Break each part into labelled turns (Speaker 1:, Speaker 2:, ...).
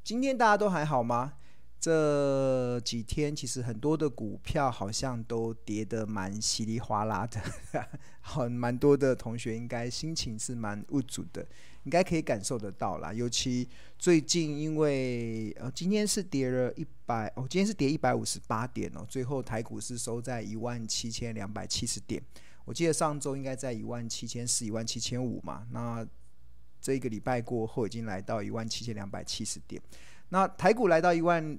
Speaker 1: 今天大家都还好吗？这几天其实很多的股票好像都跌得蛮稀里哗啦的，蛮多的同学应该心情是蛮无助的，应该可以感受得到啦。尤其最近因为今天是跌了今天是跌158点哦，最后台股是收在17270点。我记得上周应该在17400、17500嘛，那这一个礼拜过后已经来到17270点。那台股来到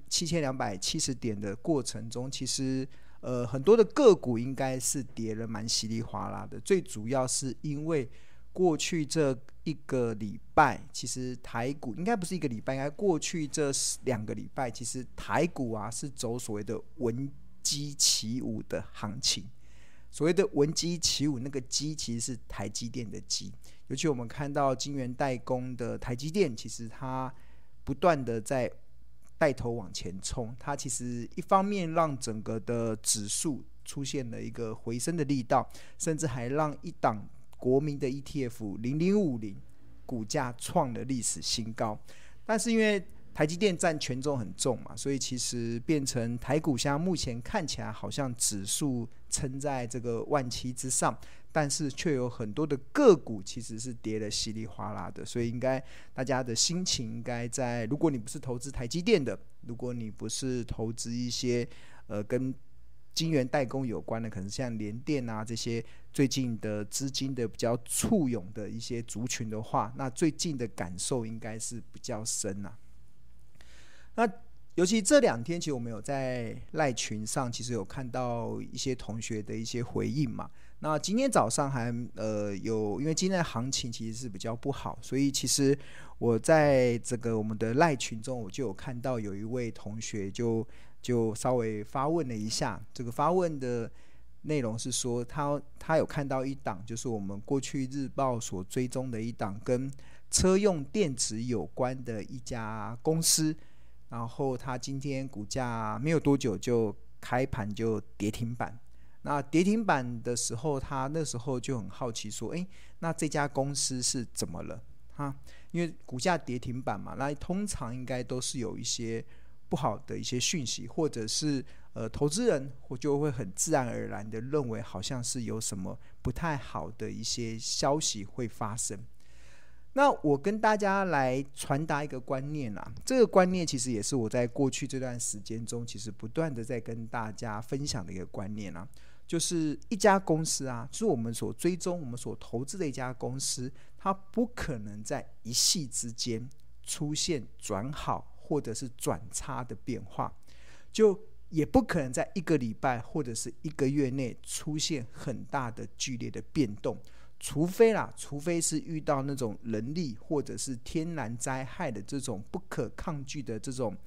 Speaker 1: 17270点的过程中，其实很多的个股应该是跌了蛮稀里哗啦的。最主要是因为过去这一个礼拜，其实台股应该不是一个礼拜，应该过去这2个礼拜，其实台股啊是走所谓的闻鸡起舞的行情。所谓的闻鸡起舞，那个鸡其实是台积电的鸡。尤其我们看到晶圆代工的台积电，其实它不断的在带头往前冲，它其实一方面让整个的指数出现了一个回升的力道，甚至还让一档国民的 ETF 0050股价创了历史新高。但是因为台积电占权重很重嘛，所以其实变成台股现在目前看起来好像指数撑在这个17000之上，但是却有很多的个股其实是跌得稀里哗啦的。所以应该大家的心情应该在，如果你不是投资台积电的，如果你不是投资一些跟晶圆代工有关的，可能像联电啊这些最近的资金的比较簇拥的一些族群的话，那最近的感受应该是比较深啊。那尤其这2天，其实我们有在赖群上，其实有看到一些同学的一些回应嘛。那今天早上还因为今天的行情其实是比较不好，所以其实我在这个我们的赖群中，我就有看到有一位同学就稍微发问了一下。这个发问的内容是说，他有看到一档，就是我们过去日报所追踪的一档跟车用电子有关的一家公司。然后它今天股价没有多久就开盘就跌停板。那跌停板的时候，他那时候就很好奇说，那这家公司是怎么了？因为股价跌停板嘛，那通常应该都是有一些不好的一些讯息，或者是投资人就会很自然而然的认为好像是有什么不太好的一些消息会发生。那我跟大家来传达一个观念啊，这个观念其实也是我在过去这段时间中，其实不断的在跟大家分享的一个观念啊，就是一家公司啊，就是我们所追踪、我们所投资的一家公司，它不可能在一夕之间出现转好或者是转差的变化，就也不可能在1个礼拜或者是1个月内出现很大的剧烈的变动。除非是遇到那种人力或者是天然灾害的这种不可抗拒的这种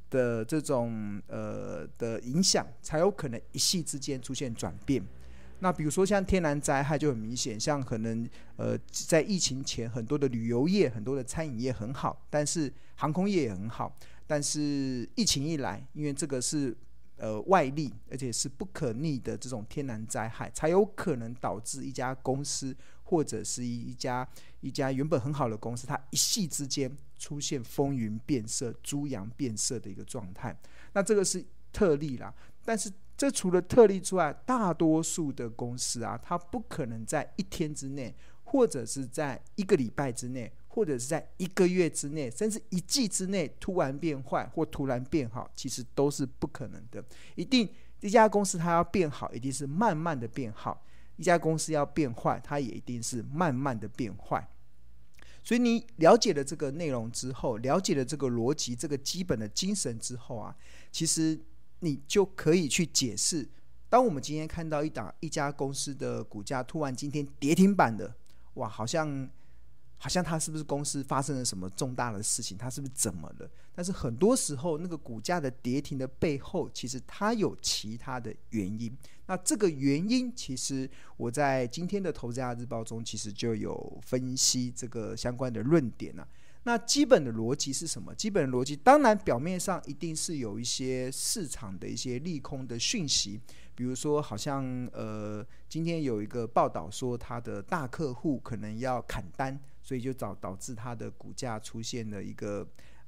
Speaker 1: 的影响，才有可能一夕之间出现转变。那比如说像天然灾害就很明显，像可能在疫情前很多的旅游业、很多的餐饮业很好，但是航空业也很好，但是疫情一来，因为这个是外力，而且是不可逆的这种天然灾害，才有可能导致一家公司或者是一家原本很好的公司，它一夕之间出现风云变色、猪羊变色的一个状态。那这个是特例啦，但是这除了特例之外，大多数的公司啊，它不可能在1天之内，或者是在1个礼拜之内，或者是在1个月之内，甚至1季之内突然变坏或突然变好，其实都是不可能的。一家公司它要变好，一定是慢慢的变好；一家公司要变坏，它也一定是慢慢的变坏。所以你了解了这个内容之后，了解了这个逻辑、这个基本的精神之后啊，其实你就可以去解释，当我们今天看到一家公司的股价突然今天跌停板的，哇，好像它是不是公司发生了什么重大的事情，它是不是怎么了？但是很多时候那个股价的跌停的背后，其实它有其他的原因。那这个原因其实我在今天的投资家日报中其实就有分析这个相关的论点啊。那基本的逻辑是什么？基本的逻辑当然表面上一定是有一些市场的一些利空的讯息，比如说好像今天有一个报道说他的大客户可能要砍单，所以就导致他的股价出现了一个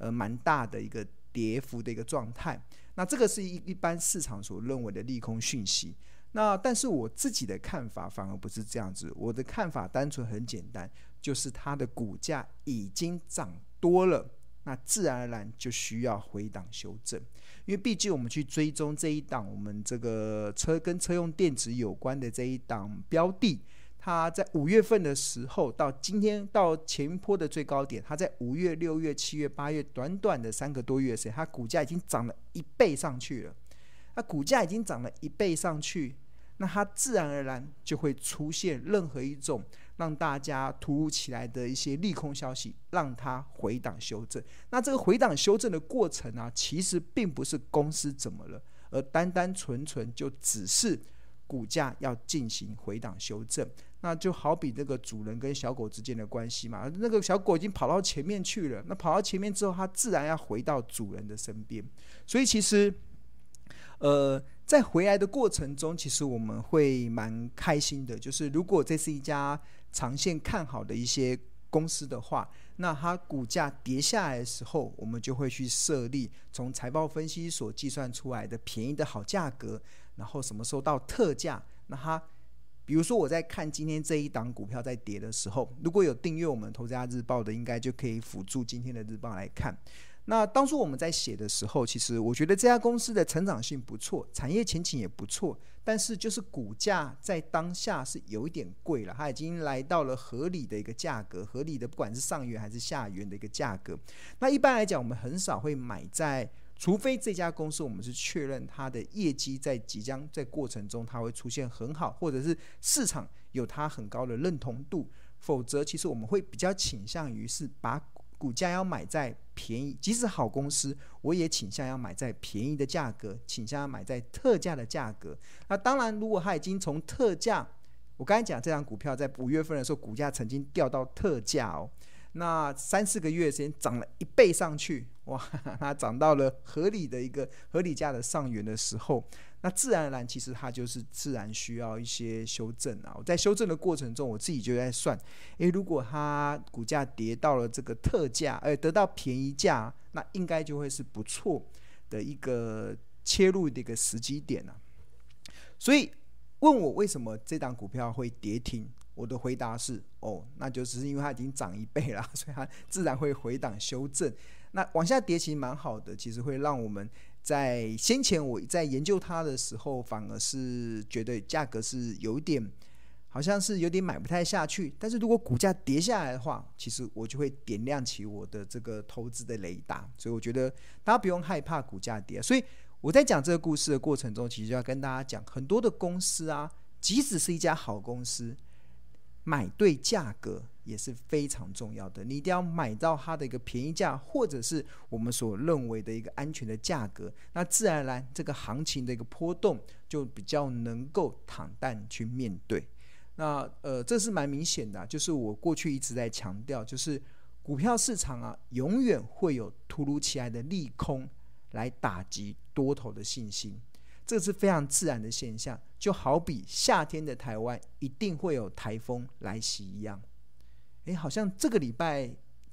Speaker 1: 蛮大的一个跌幅的一个状态。那这个是一般市场所认为的利空讯息。那但是我自己的看法反而不是这样子，我的看法单纯很简单，就是它的股价已经涨多了，那自然而然就需要回档修正。因为毕竟我们去追踪这一档我们这个跟车用电子有关的这一档标的，它在5月份的时候到今天到前一波的最高点，它在5月、6月、7月、8月短短的3个多月的时间，它股价已经涨了1倍上去了。那股价已经涨了1倍上去，那它自然而然就会出现任何一种让大家突如其来的一些利空消息，让它回档修正。那这个回档修正的过程啊，其实并不是公司怎么了，而单单纯纯就只是股价要进行回档修正。那就好比那个主人跟小狗之间的关系嘛，那个小狗已经跑到前面去了，那跑到前面之后，它自然要回到主人的身边。所以其实在回来的过程中，其实我们会蛮开心的，就是如果这是一家长线看好的一些公司的话，那它股价跌下来的时候，我们就会去设立从财报分析所计算出来的便宜的好价格，然后什么时候到特价。那它比如说我在看今天这一档股票在跌的时候，如果有订阅我们投资家日报的，应该就可以辅助今天的日报来看。那当初我们在写的时候，其实我觉得这家公司的成长性不错，产业前景也不错，但是就是股价在当下是有一点贵了，它已经来到了合理的一个价格，合理的不管是上缘还是下缘的一个价格。那一般来讲，我们很少会买在，除非这家公司我们是确认它的业绩在即将在过程中它会出现很好，或者是市场有它很高的认同度，否则其实我们会比较倾向于是把股价要买在便宜，即使好公司我也倾向要买在便宜的价格，倾向要买在特价的价格。那当然如果它已经从特价，我刚才讲这张股票在5月份的时候股价曾经掉到特价哦，那3-4个月的时间涨了1倍上去，哇，它涨到了合理的一个合理价的上缘的时候，那自然而然其实它就是自然需要一些修正啊。在修正的过程中，我自己就在算，如果它股价跌到了这个特价，得到便宜价，那应该就会是不错的一个切入的一个时机点啊。所以问我为什么这档股票会跌停，我的回答是那就只是因为它已经涨1倍了，所以它自然会回档修正。那往下跌其实蛮好的，其实会让我们在先前我在研究它的时候，反而是觉得价格是有点好像是有点买不太下去，但是如果股价跌下来的话，其实我就会点亮起我的这个投资的雷达。所以我觉得大家不用害怕股价跌。所以我在讲这个故事的过程中，其实就要跟大家讲，很多的公司啊，即使是一家好公司，买对价格也是非常重要的，你一定要买到它的一个便宜价，或者是我们所认为的一个安全的价格，那自然而然这个行情的一个波动就比较能够坦淡去面对。那这是蛮明显的就是我过去一直在强调，就是股票市场啊，永远会有突如其来的利空来打击多头的信心，这是非常自然的现象，就好比夏天的台湾一定会有台风来袭一样。好像这礼拜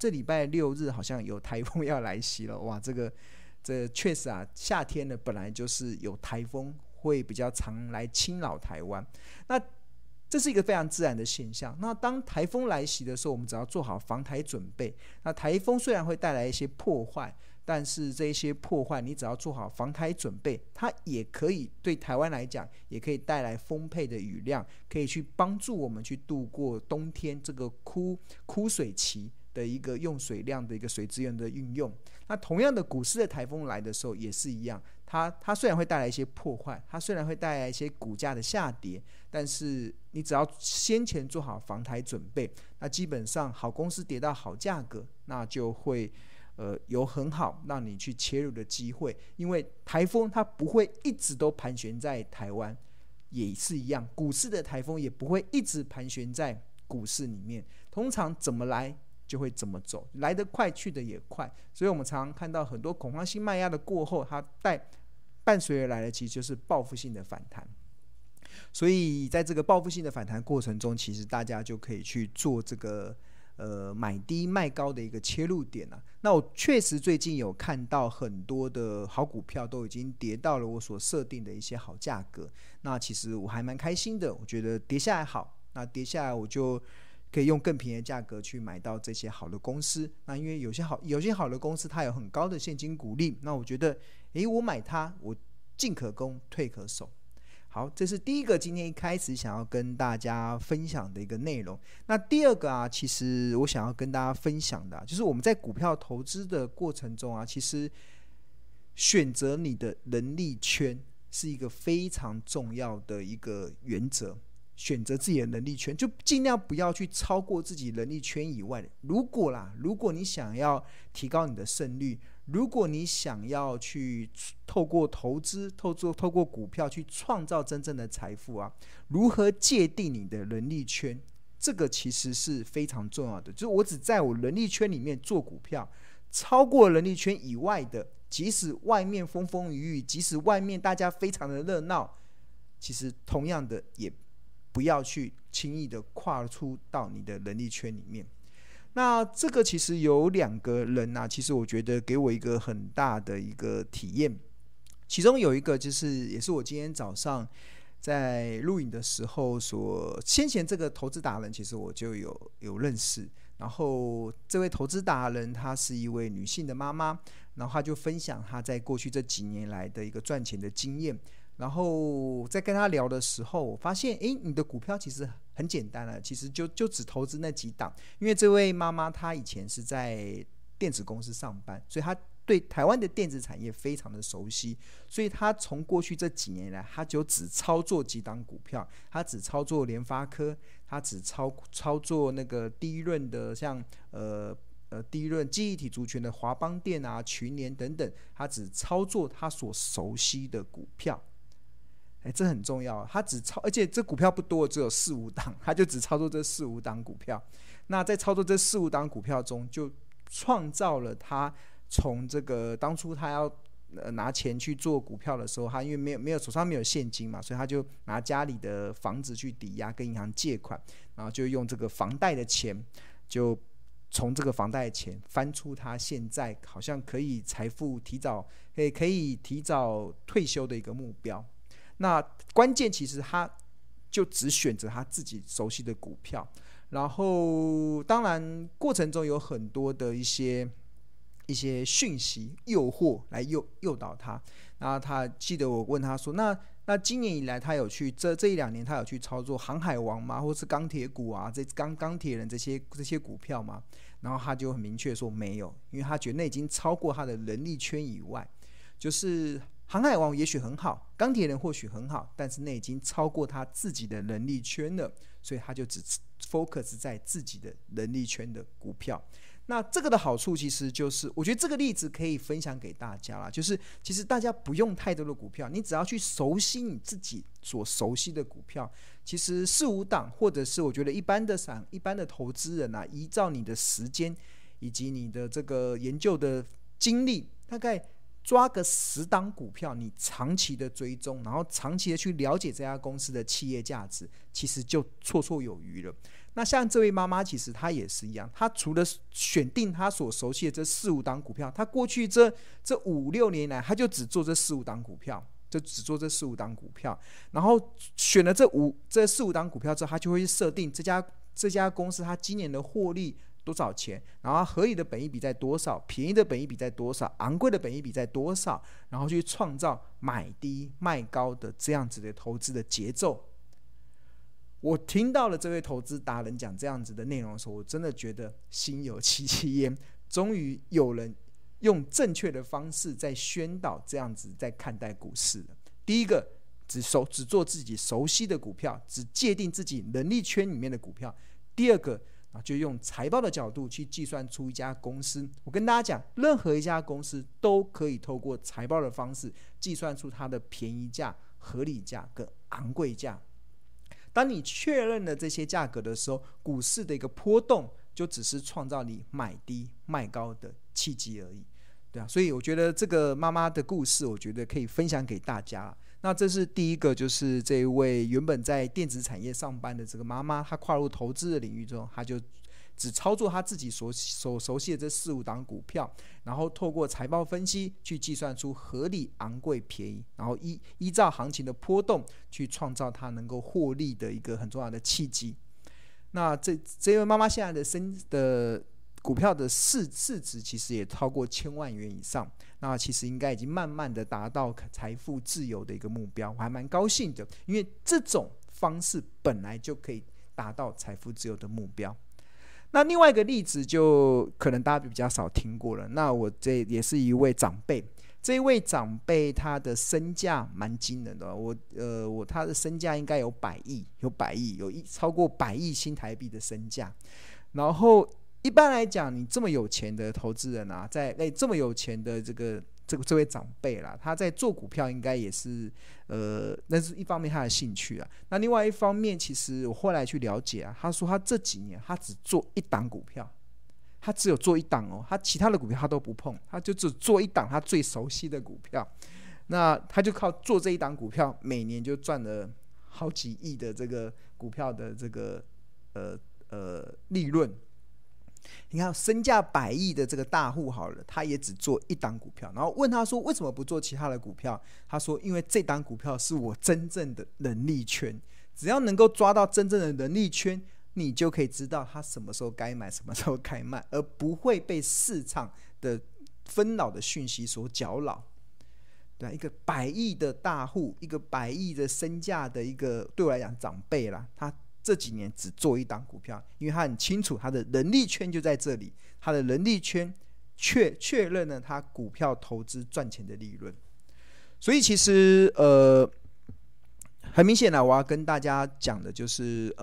Speaker 1: 6日好像有台风要来袭了，哇，这确实啊，夏天呢本来就是有台风会比较常来侵扰台湾，那这是一个非常自然的现象。那当台风来袭的时候，我们只要做好防台准备。那台风虽然会带来一些破坏，但是这些破坏你只要做好防台准备，它也可以对台湾来讲也可以带来丰沛的雨量，可以去帮助我们去度过冬天这个枯水期的一个用水量的一个水资源的运用。那同样的股市的台风来的时候也是一样，它虽然会带来一些破坏，它虽然会带来一些股价的下跌，但是你只要先前做好防台准备，那基本上好公司跌到好价格，那就会有很好让你去切入的机会。因为台风它不会一直都盘旋在台湾，也是一样，股市的台风也不会一直盘旋在股市里面，通常怎么来就会怎么走，来得快去得也快。所以我们常常看到很多恐慌性卖压的过后，它伴随而来的其实就是报复性的反弹。所以在这个报复性的反弹过程中，其实大家就可以去做这个买低卖高的一个切入点啊。那我确实最近有看到很多的好股票都已经跌到了我所设定的一些好价格，那其实我还蛮开心的，我觉得跌下来好，那跌下来我就可以用更便宜的价格去买到这些好的公司。那因为有些好的公司它有很高的现金股利，那我觉得我买它我进可攻退可守。好，这是第一个今天一开始想要跟大家分享的一个内容。那第二个啊，其实我想要跟大家分享的就是我们在股票投资的过程中啊，其实选择你的能力圈是一个非常重要的一个原则。选择自己的能力圈，就尽量不要去超过自己能力圈以外的。如果你想要提高你的胜率，如果你想要去透过投资透过股票去创造真正的财富啊，如何界定你的能力圈，这个其实是非常重要的。就是我只在我能力圈里面做股票，超过能力圈以外的，即使外面风风雨雨，即使外面大家非常的热闹，其实同样的也不要去轻易的跨出到你的能力圈里面。那这个其实有2个人啊，其实我觉得给我一个很大的一个体验。其中有一个就是也是我今天早上在录影的时候先前这个投资达人其实我就有认识，然后这位投资达人她是一位女性的妈妈，然后她就分享她在过去这几年来的一个赚钱的经验。然后在跟他聊的时候，我发现你的股票其实很简单了，其实就只投资那几档。因为这位妈妈她以前是在电子公司上班，所以她对台湾的电子产业非常的熟悉，所以她从过去这几年来，她就只操作几档股票，她只操作联发科，她只操作那个低润的像低润记忆体族群的华邦电啊、群联等等，她只操作她所熟悉的股票。这很重要，而且这股票不多，只有4-5档，他就只操作这4-5档股票。那在操作这4-5档股票中，就创造了他从这个当初他要拿钱去做股票的时候，他因为没有手上没有现金嘛，所以他就拿家里的房子去抵押跟银行借款，然后就用这个房贷的钱，就从这个房贷的钱翻出他现在好像可以财富可以提早退休的一个目标。那关键其实他就只选择他自己熟悉的股票，然后当然过程中有很多的一些讯息诱惑来诱导他。然后他记得我问他说，那今年以来他有去这1-2年他有去操作航海王吗，或是钢铁股啊，钢铁人这些股票吗？然后他就很明确说没有，因为他觉得那已经超过他的能力圈以外。就是航海王也许很好，钢铁人或许很好，但是那已经超过他自己的能力圈了，所以他就只 focus 在自己的能力圈的股票。那这个的好处其实就是我觉得这个例子可以分享给大家啦，就是其实大家不用太多的股票，你只要去熟悉你自己所熟悉的股票，其实4-5档，或者是我觉得一般的投资人啊，依照你的时间以及你的这个研究的精力，大概抓个10档股票，你长期的追踪，然后长期的去了解这家公司的企业价值，其实就绰绰有余了。那像这位妈妈，其实她也是一样，她除了选定她所熟悉的这4-5档股票，她过去这5-6年来，她就只做这4-5档股票，然后选了这4-5档股票之后，她就会设定这家公司她今年的获利多少钱，然后合理的本益比在多少，便宜的本益比在多少，昂贵的本益比在多少，然后去创造买低卖高的这样子的投资的节奏。我听到了这位投资达人讲这样子的内容的时候，我真的觉得心有戚戚焉，终于有人用正确的方式在宣导这样子在看待股市了。第一个，只做自己熟悉的股票，只界定自己能力圈里面的股票。第二个，就用财报的角度去计算出一家公司。我跟大家讲，任何一家公司都可以透过财报的方式计算出它的便宜价、合理价跟昂贵价。当你确认了这些价格的时候，股市的一个波动就只是创造你买低卖高的契机而已，对啊。所以我觉得这个妈妈的故事，我觉得可以分享给大家。那这是第一个，就是这一位原本在电子产业上班的这个妈妈，她跨入投资的领域中，她就只操作他自己所熟悉的这4-5档股票，然后透过财报分析去计算出合理、昂贵、便宜，然后依照行情的波动去创造他能够获利的一个很重要的契机。那这位妈妈现在的股票的市值其实也超过1000万元以上，那其实应该已经慢慢的达到财富自由的一个目标，我还蛮高兴的，因为这种方式本来就可以达到财富自由的目标。那另外一个例子就可能大家比较少听过了，那我这也是一位长辈，这一位长辈他的身价蛮惊人的，他的身价应该有100亿，有超过100亿新台币的身价。然后一般来讲，你这么有钱的投资人啊，这么有钱的这位长辈啦，他在做股票应该也是那是一方面他的兴趣啊。那另外一方面，其实我后来去了解啊，他说他这几年他只做一档股票，他只有做一档哦，他其他的股票他都不碰，他就只做一档他最熟悉的股票。那他就靠做这一档股票，每年就赚了好几亿的这个股票的这个利润。你看身价100亿的这个大户好了，他也只做一档股票，然后问他说为什么不做其他的股票，他说因为这档股票是我真正的能力圈，只要能够抓到真正的能力圈，你就可以知道他什么时候该买什么时候该卖，而不会被市场的纷扰的讯息所搅扰。对，一个100亿的大户，一个100亿的身价的一个对我来讲长辈啦，他这几年只做一档股票，因为他很清楚他的能力圈就在这里，他的能力圈确认了他股票投资赚钱的利润。所以其实很明显啦，我要跟大家讲的就是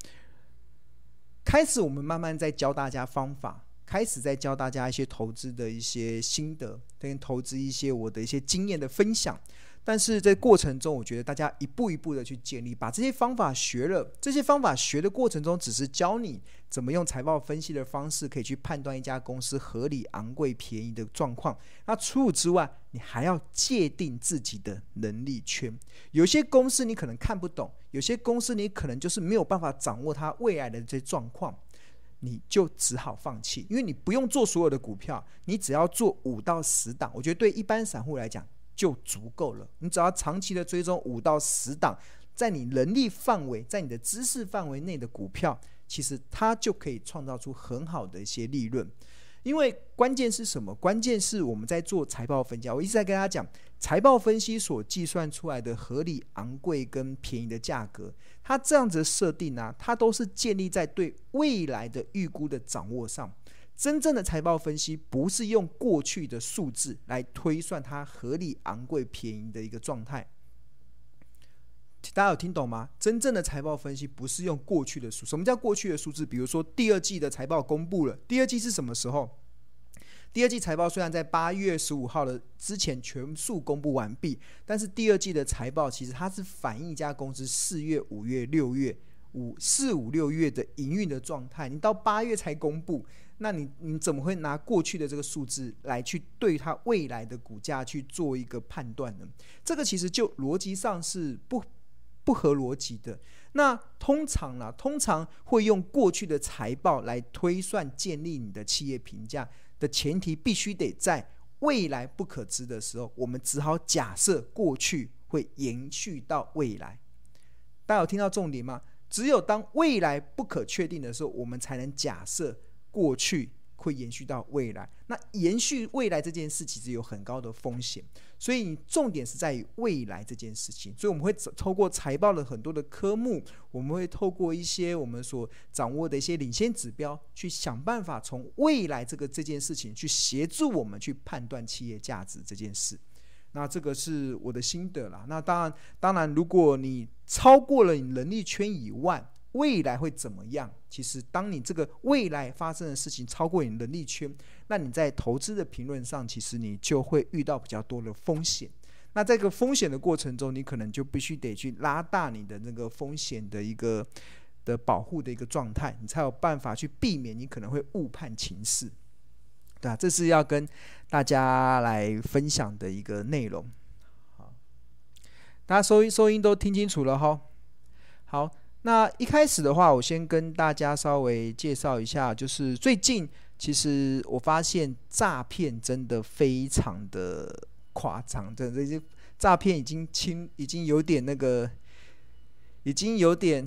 Speaker 1: 开始我们慢慢在教大家方法，开始在教大家一些投资的一些心得，跟投资一些我的一些经验的分享。但是在过程中，我觉得大家一步一步的去建立，把这些方法学了，这些方法学的过程中，只是教你怎么用财报分析的方式，可以去判断一家公司合理、昂贵、便宜的状况。那除此之外，你还要界定自己的能力圈。有些公司你可能看不懂，有些公司你可能就是没有办法掌握它未来的这些状况，你就只好放弃，因为你不用做所有的股票，你只要做5到10档，我觉得对一般散户来讲就足够了。你只要长期的追踪5到10档，在你能力范围，在你的知识范围内的股票，其实它就可以创造出很好的一些利润。因为关键是什么？关键是我们在做财报分析，我一直在跟大家讲，财报分析所计算出来的合理、昂贵跟便宜的价格，它这样子的设定啊，它都是建立在对未来的预估的掌握上。真正的财报分析不是用过去的数字来推算它合理、昂贵、便宜的一个状态。大家有听懂吗？真正的财报分析不是用过去的数。什么叫过去的数字？比如说第2季的财报公布了，第2季是什么时候？第2季财报虽然在8月15号的之前全数公布完毕，但是第2季的财报其实它是反映一家公司4月、5月、6月4、5、6月的营运的状态，你到8月才公布，那你怎么会拿过去的这个数字来去对它未来的股价去做一个判断呢？这个其实就逻辑上是不合逻辑的。那通常会用过去的财报来推算建立你的企业评价的前提，必须得在未来不可知的时候，我们只好假设过去会延续到未来。大家有听到重点吗？只有当未来不可确定的时候，我们才能假设过去会延续到未来。那延续未来这件事其实有很高的风险，所以重点是在于未来这件事情。所以我们会透过财报的很多的科目，我们会透过一些我们所掌握的一些领先指标，去想办法从未来这件事情去协助我们去判断企业价值这件事。那这个是我的心得啦。那当然如果你超过了你能力圈以外，未来会怎么样？其实当你这个未来发生的事情超过你能力圈，那你在投资的评论上，其实你就会遇到比较多的风险。那在这个风险的过程中，你可能就必须得去拉大你的那个风险的一个的保护的一个状态，你才有办法去避免你可能会误判情势。对啊，这是要跟大家来分享的一个内容。好，大家收音都听清楚了齁。好， 那一开始的话，我先跟大家稍微介绍一下，就是最近其实我发现诈骗真的非常的夸张，真的这些诈骗已经有点那个，已经有点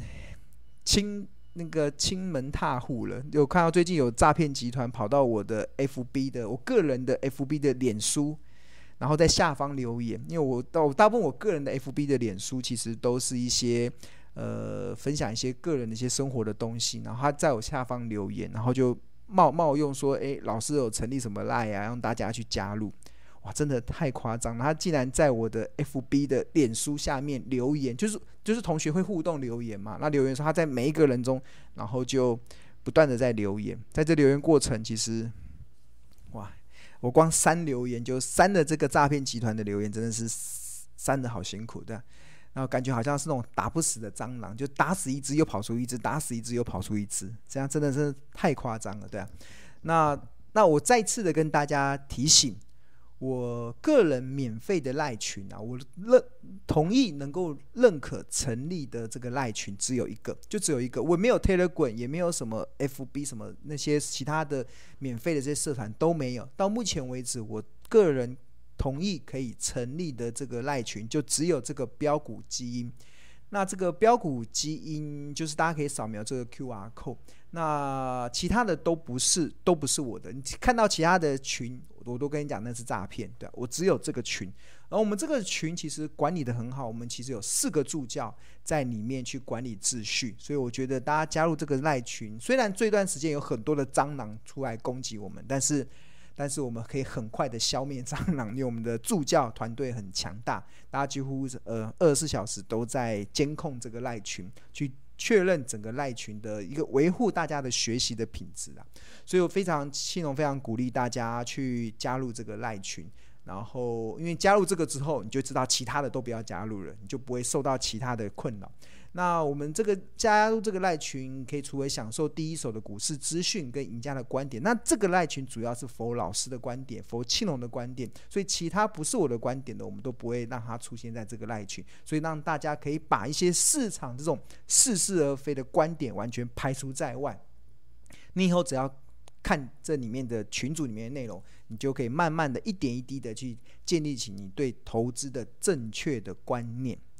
Speaker 1: 亲门踏户了。有看到最近有诈骗集团跑到我个人的 FB 的脸书，然后在下方留言，因为我大部分我个人的 FB 的脸书其实都是一些分享一些个人的一些生活的东西，然后他在我下方留言，然后就冒用说，老师有成立什么 LINE 啊，让大家去加入。哇，真的太夸张了！他竟然在我的 FB 的脸书下面留言，就是同学会互动留言嘛。那留言说他在每一个人中，然后就不断的在留言，在这留言过程，其实哇，我光删留言就删了这个诈骗集团的留言，真的是删的好辛苦的。然后感觉好像是那种打不死的蟑螂，就打死一只又跑出一只，打死一只又跑出一只，这样真的是太夸张了，对啊。那我再次的跟大家提醒，我个人免费的赖群啊，我同意能够认可成立的这个赖群只有一个，就只有一个，我没有 Telegram， 也没有什么 FB 什么那些其他的免费的这些社团都没有。到目前为止，我个人同意可以成立的这个赖群，就只有这个标股基因。那这个标股基因就是大家可以扫描这个 QR code， 那其他的都不是我的。你看到其他的群，我都跟你讲那是诈骗，对，我只有这个群。然后我们这个群其实管理的很好，我们其实有4个助教在里面去管理秩序，所以我觉得大家加入这个赖群，虽然这段时间有很多的蟑螂出来攻击我们，但是我们可以很快的消灭蟑螂，因为我们的助教团队很强大，大家几乎24小时都在监控这个赖群，去确认整个赖群的一个维护大家的学习的品质啊。所以我信荣非常鼓励大家去加入这个赖群，然后因为加入这个之后，你就知道其他的都不要加入了，你就不会受到其他的困扰。那我们这个加入这个赖群，可以除了享受第一手的股市资讯跟赢家的观点，那这个赖群主要是否老师的观点，否庆隆的观点，所以其他不是我的观点的，我们都不会让它出现在这个赖群，所以让大家可以把一些市场这种似是而非的观点完全排除在外。你以后只要看这里面的群组里面的内容，你就可以慢慢的一点一滴的去建立起你对投资的正确的观念。